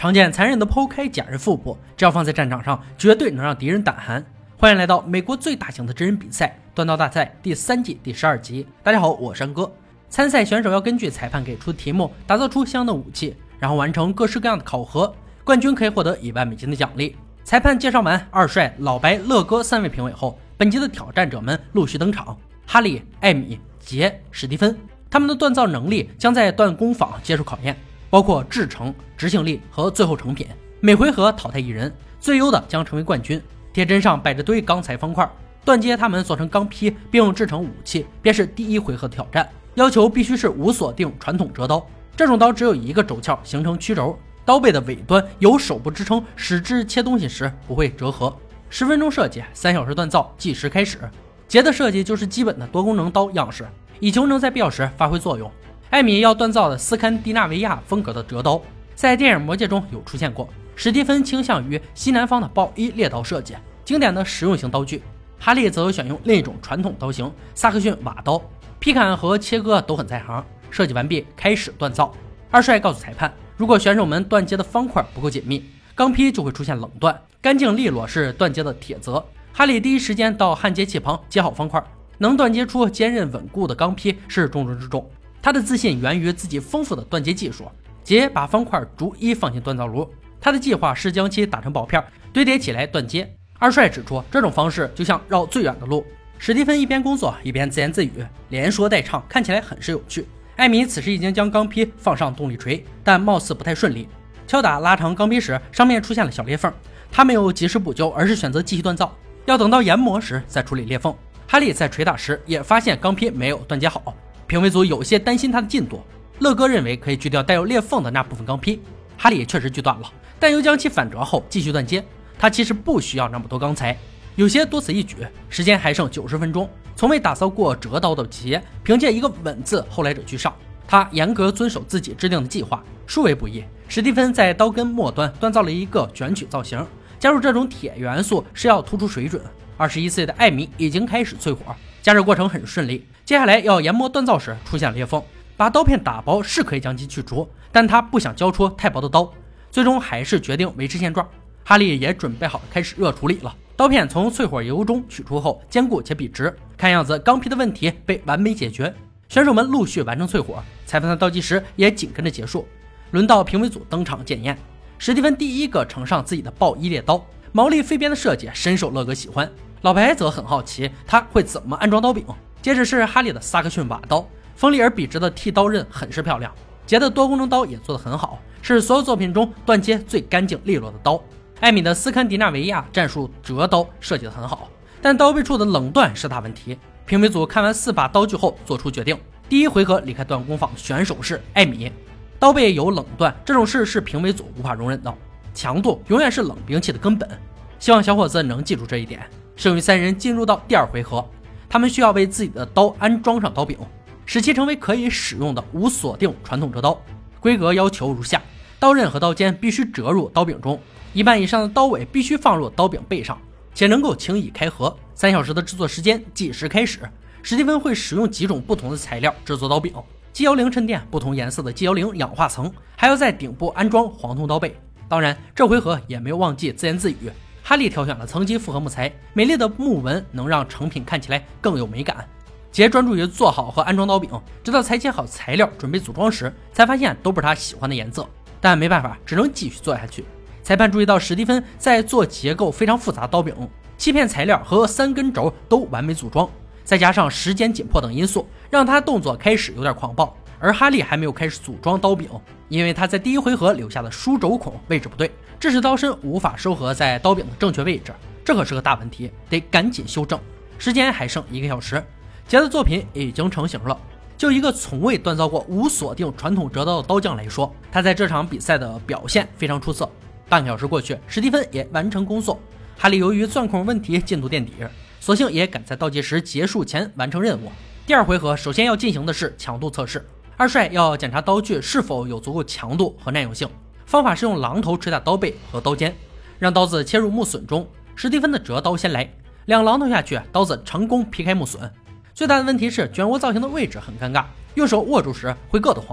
常见残忍的剖开假人腹部，这要放在战场上，绝对能让敌人胆寒。欢迎来到美国最大型的真人比赛——锻刀大赛第3季第12集。大家好，我是山哥。参赛选手要根据裁判给出的题目，打造出相应的武器，然后完成各式各样的考核。冠军可以获得1万美金的奖励。裁判介绍完二帅、老白、乐哥3位评委后，本集的挑战者们陆续登场。哈利、艾米、杰、史蒂芬，他们的锻造能力将在锻工坊接受考验，包括制成、执行力和最后成品。每回合淘汰一人，最优的将成为冠军。铁砧上摆着堆钢材方块，锻接它们做成钢坯并制成武器，便是第1回合的挑战。要求必须是无锁定传统折刀，这种刀只有一个轴鞘形成曲轴，刀背的尾端由手部支撑，使之切东西时不会折合。10分钟设计，3小时锻造，计时开始。杰的设计就是基本的多功能刀样式，以求能在必要时发挥作用。艾米要锻造的斯堪的纳维亚风格的折刀，在电影《魔戒》中有出现过。史蒂芬倾向于西南方的豹衣猎刀设计，经典的实用型刀具。哈利则选用另一种传统刀型萨克逊瓦刀，劈砍和切割都很在行。设计完毕，开始锻造。二帅告诉裁判，如果选手们锻接的方块不够紧密，钢坯就会出现冷锻，干净利落是锻接的铁则。哈利第一时间到焊接器旁接好方块，能锻接出坚韧稳固的钢坯是重中之重。他的自信源于自己丰富的锻接技术。杰把方块逐一放进锻造炉，他的计划是将其打成薄片，堆叠起来锻接。二帅指出，这种方式就像绕最远的路。史蒂芬一边工作一边自言自语，连说带唱，看起来很是有趣。艾米此时已经将钢坯放上动力锤，但貌似不太顺利。敲打拉长钢坯时，上面出现了小裂缝，他没有及时补救，而是选择继续锻造，要等到研磨时再处理裂缝。哈利在捶打时也发现钢坯没有锻接好，评委组有些担心他的进度。乐哥认为可以锯掉带有裂缝的那部分钢坯，哈利确实锯断了，但又将其反折后继续锻接。他其实不需要那么多钢材，有些多此一举。时间还剩90分钟，从未打造过折刀的杰凭借一个稳字后来者居上。他严格遵守自己制定的计划，殊为不易。史蒂芬在刀根末端锻造了一个卷曲造型，加入这种铁元素是要突出水准。21岁的艾米已经开始淬火，加热过程很顺利。接下来要研磨锻造时出现了裂缝，把刀片打薄是可以将其去除，但他不想交出太薄的刀，最终还是决定维持现状。哈利也准备好开始热处理了。刀片从淬火油中取出后，坚固且笔直，看样子钢坯的问题被完美解决。选手们陆续完成淬火，裁判的倒计时也紧跟着结束。轮到评委组登场检验。史蒂芬第一个呈上自己的豹衣猎刀，毛利飞边的设计深受乐哥喜欢。老白则很好奇他会怎么安装刀柄。接着是哈利的萨克逊瓦刀，锋利而笔直的剃刀刃很是漂亮。杰的多功能刀也做得很好，是所有作品中锻接最干净利落的刀。艾米的斯堪的纳维亚战术折刀设计得很好，但刀背处的冷锻是大问题。评委组看完4把刀具后做出决定，第1回合离开锻工坊的选手是艾米。刀背有冷锻这种事是评委组无法容忍的，强度永远是冷兵器的根本。希望小伙子能记住这一点。剩余3人进入到第2回合，他们需要为自己的刀安装上刀柄，使其成为可以使用的无锁定传统折刀。规格要求如下：刀刃和刀尖必须折入刀柄中，1半以上的刀尾必须放入刀柄背上，且能够轻易开合。3小时的制作时间，计时开始。史蒂芬会使用几种不同的材料制作刀柄，机摇铃沉淀不同颜色的机摇铃氧化层，还要在顶部安装黄铜刀背。当然，这回合也没有忘记自言自语。哈利挑选了层级复合木材，美丽的木纹能让成品看起来更有美感。杰专注于做好和安装刀柄，直到裁切好材料准备组装时，才发现都不是他喜欢的颜色，但没办法，只能继续做下去。裁判注意到史蒂芬在做结构非常复杂的刀柄，7片材料和3根轴都完美组装，再加上时间紧迫等因素，让他动作开始有点狂暴。而哈利还没有开始组装刀柄，因为他在第1回合留下的输轴孔位置不对，致使刀身无法收合在刀柄的正确位置，这可是个大问题，得赶紧修正。时间还剩1个小时，杰的作品已经成型了。就一个从未锻造过无锁定传统折刀的刀匠来说，他在这场比赛的表现非常出色。半个小时过去，史蒂芬也完成工作。哈利由于钻孔问题进度垫底，索性也赶在倒计时结束前完成任务。第2回合首先要进行的是强度测试。二帅要检查刀具是否有足够强度和耐用性，方法是用榔头捶打刀背和刀尖，让刀子切入木榫中。史蒂芬的折刀先来，2榔头下去，刀子成功劈开木榫。最大的问题是卷窝造型的位置很尴尬，用手握住时会硌得慌。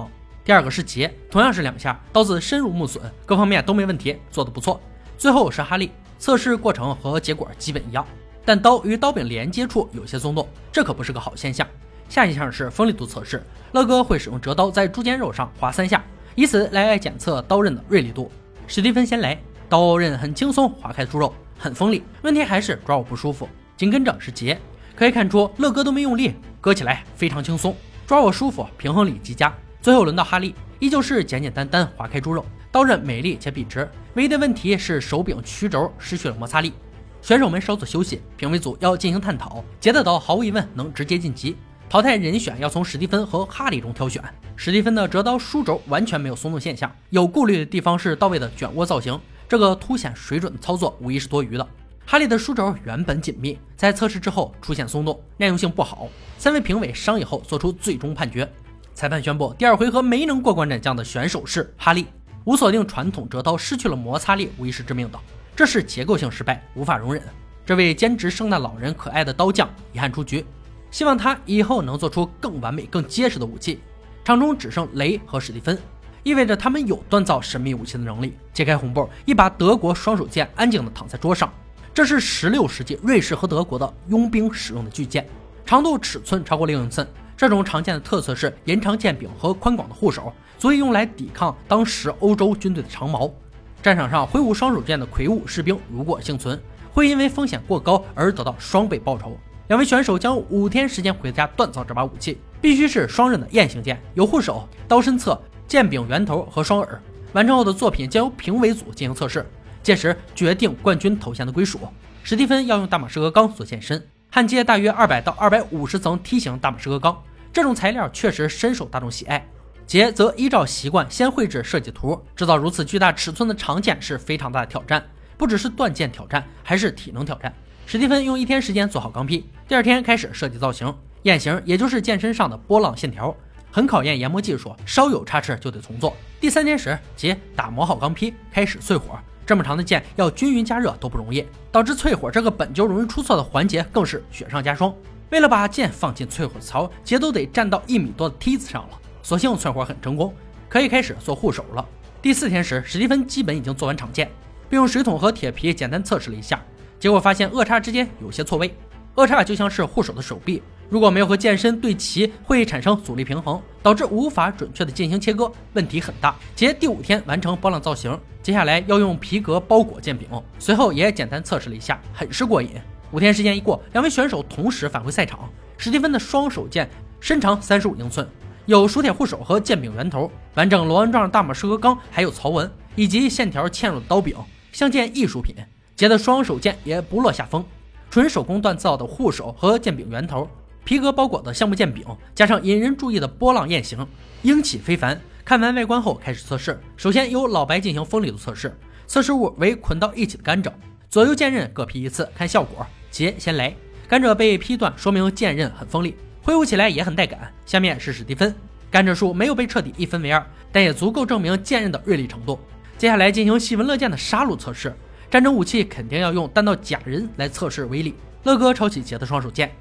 第二个是杰，同样是2下，刀子深入木笋，各方面都没问题，做得不错。最后是哈利，测试过程和结果基本一样，但刀与刀柄连接处有些松动，这可不是个好现象。下一项是锋利度测试，乐哥会使用折刀在猪肩肉上划3下，以此来检测刀刃的锐利度。史蒂芬先来，刀刃很轻松划开猪肉，很锋利，问题还是抓我不舒服。紧跟着是杰，可以看出乐哥都没用力，割起来非常轻松，抓我舒服，平衡力极佳。最后轮到哈利，依旧是简简单单划开猪肉，刀刃美丽且笔直，唯一的问题是手柄曲轴失去了摩擦力。选手们稍作休息，评委组要进行探讨。杰的刀毫无疑问能直接晋级，淘汰人选要从史蒂芬和哈利中挑选。史蒂芬的折刀书轴完全没有松动现象，有顾虑的地方是到位的卷窝造型，这个凸显水准的操作无疑是多余的。哈利的书轴原本紧密，在测试之后出现松动，耐用性不好。3位评委商议后做出最终判决，裁判宣布第2回合没能过关斩将的选手是哈利。无锁定传统折刀失去了摩擦力，无疑是致命的，这是结构性失败，无法容忍。这位兼职圣诞老人可爱的刀匠遗憾出局，希望他以后能做出更完美更结实的武器。场中只剩雷和史蒂芬，意味着他们有锻造神秘武器的能力。揭开红布，一把德国双手剑安静地躺在桌上，这是16世纪瑞士和德国的佣兵使用的巨剑，长度尺寸超过6英寸。这种长剑的特色是延长剑柄和宽广的护手，足以用来抵抗当时欧洲军队的长矛。战场上挥舞双手剑的魁梧士兵如果幸存，会因为风险过高而得到双倍报酬。2位选手将有5天时间回家锻造这把武器，必须是双刃的雁形剑，有护手、刀身侧、剑柄圆头和双耳。完成后的作品将由评委组进行测试，届时决定冠军头衔的归属。史蒂芬要用大马士革钢所现身，焊接大约200到250层梯形大马士革钢，这种材料确实深受大众喜爱。杰则依照习惯先绘制设计图，制造如此巨大尺寸的长剑是非常大的挑战，不只是断剑挑战，还是体能挑战。史蒂芬用1天时间做好钢坯，第2天开始设计造型，雁形也就是剑身上的波浪线条，很考验研磨技术，稍有差池就得重做。第3天时，杰打磨好钢坯，开始淬火。这么长的剑要均匀加热都不容易，导致淬火这个本就容易出错的环节更是雪上加霜。为了把剑放进淬火槽，杰都得站到1米多的梯子上了。所幸淬火很成功，可以开始做护手了。第4天时，史蒂芬基本已经做完长剑，并用水桶和铁皮简单测试了一下，结果发现颚叉之间有些错位。颚叉就像是护手的手臂，如果没有和剑身对齐，会产生阻力平衡，导致无法准确的进行切割，问题很大。杰第5天完成波浪造型，接下来要用皮革包裹剑柄，随后也简单测试了一下，很是过瘾。5天时间一过，2位选手同时返回赛场。史蒂芬的双手剑身长35英寸，有熟铁护手和剑柄圆头，完整螺纹状大马士革钢，还有槽纹以及线条嵌入的刀柄，像件艺术品。杰的双手剑也不落下风，纯手工锻造的护手和剑柄圆头，皮革包裹的橡木剑柄，加上引人注意的波浪雁形，英气非凡。看完外观后开始测试，首先由老白进行锋利度测试，测试物为捆到一起的甘蔗，左右剑刃各劈1次，看效果。杰先来，甘蔗被劈断，说明剑刃很锋利，挥舞起来也很带感。下面是史蒂芬，甘蔗树没有被彻底1分为2，但也足够证明剑刃的锐利程度。接下来进行喜闻乐见的杀戮测试，战争武器肯定要用弹道假人来测试威力。乐哥抄起杰的双手剑，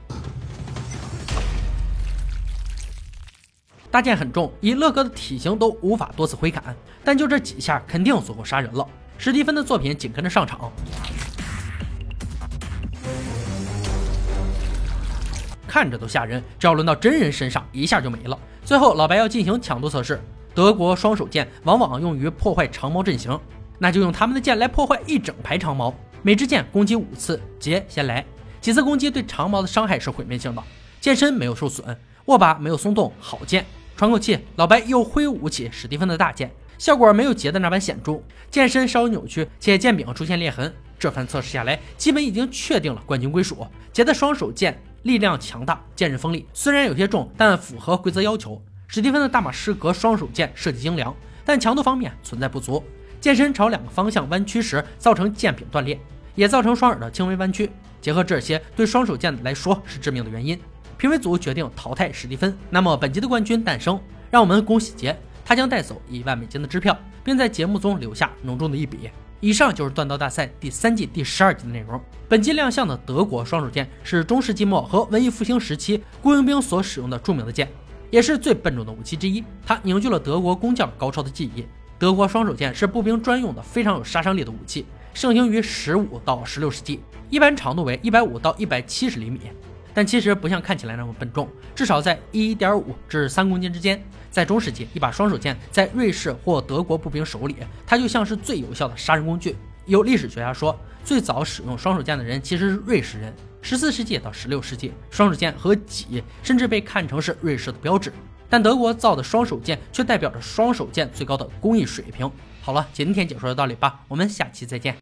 大剑很重，以乐哥的体型都无法多次挥砍，但就这几下肯定足够杀人了。史蒂芬的作品紧跟着上场，看着都吓人，只要轮到真人身上，一下就没了。最后老白要进行强度测试，德国双手剑往往用于破坏长矛阵型，那就用他们的剑来破坏一整排长矛，每支剑攻击5次。杰先来，几次攻击对长矛的伤害是毁灭性的，剑身没有受损，握把没有松动，好剑。喘口气，老白又挥舞起史蒂芬的大剑，效果没有杰的那般显著，剑身稍有扭曲，且剑柄出现裂痕。这番测试下来，基本已经确定了冠军归属。杰的双手剑力量强大，剑刃锋利，虽然有些重，但符合规则要求。史蒂芬的大马士革双手剑设计精良，但强度方面存在不足，剑身朝2个方向弯曲时，造成剑柄断裂，也造成双耳的轻微弯曲。结合这些，对双手剑来说是致命的原因。评委组决定淘汰史蒂芬，那么本集的冠军诞生，让我们恭喜杰，他将带走1万美金的支票，并在节目中留下浓重的一笔。以上就是锻刀大赛第3季第12集的内容。本集亮相的德国双手剑是中世纪末和文艺复兴时期雇佣兵所使用的著名的剑， 也是最笨重的武器之一。它凝聚了德国工匠高超的技艺。德国双手剑是步兵专用的非常有杀伤力的武器，盛行于15到16世纪，一般长度为150到170厘米。但其实不像看起来那么笨重，至少在1.5至3公斤之间。在中世纪，一把双手剑在瑞士或德国步兵手里，它就像是最有效的杀人工具。有历史学家说，最早使用双手剑的人其实是瑞士人。14世纪到16世纪，双手剑和戟甚至被看成是瑞士的标志。但德国造的双手剑却代表着双手剑最高的工艺水平。好了，今天解说到这里吧，我们下期再见。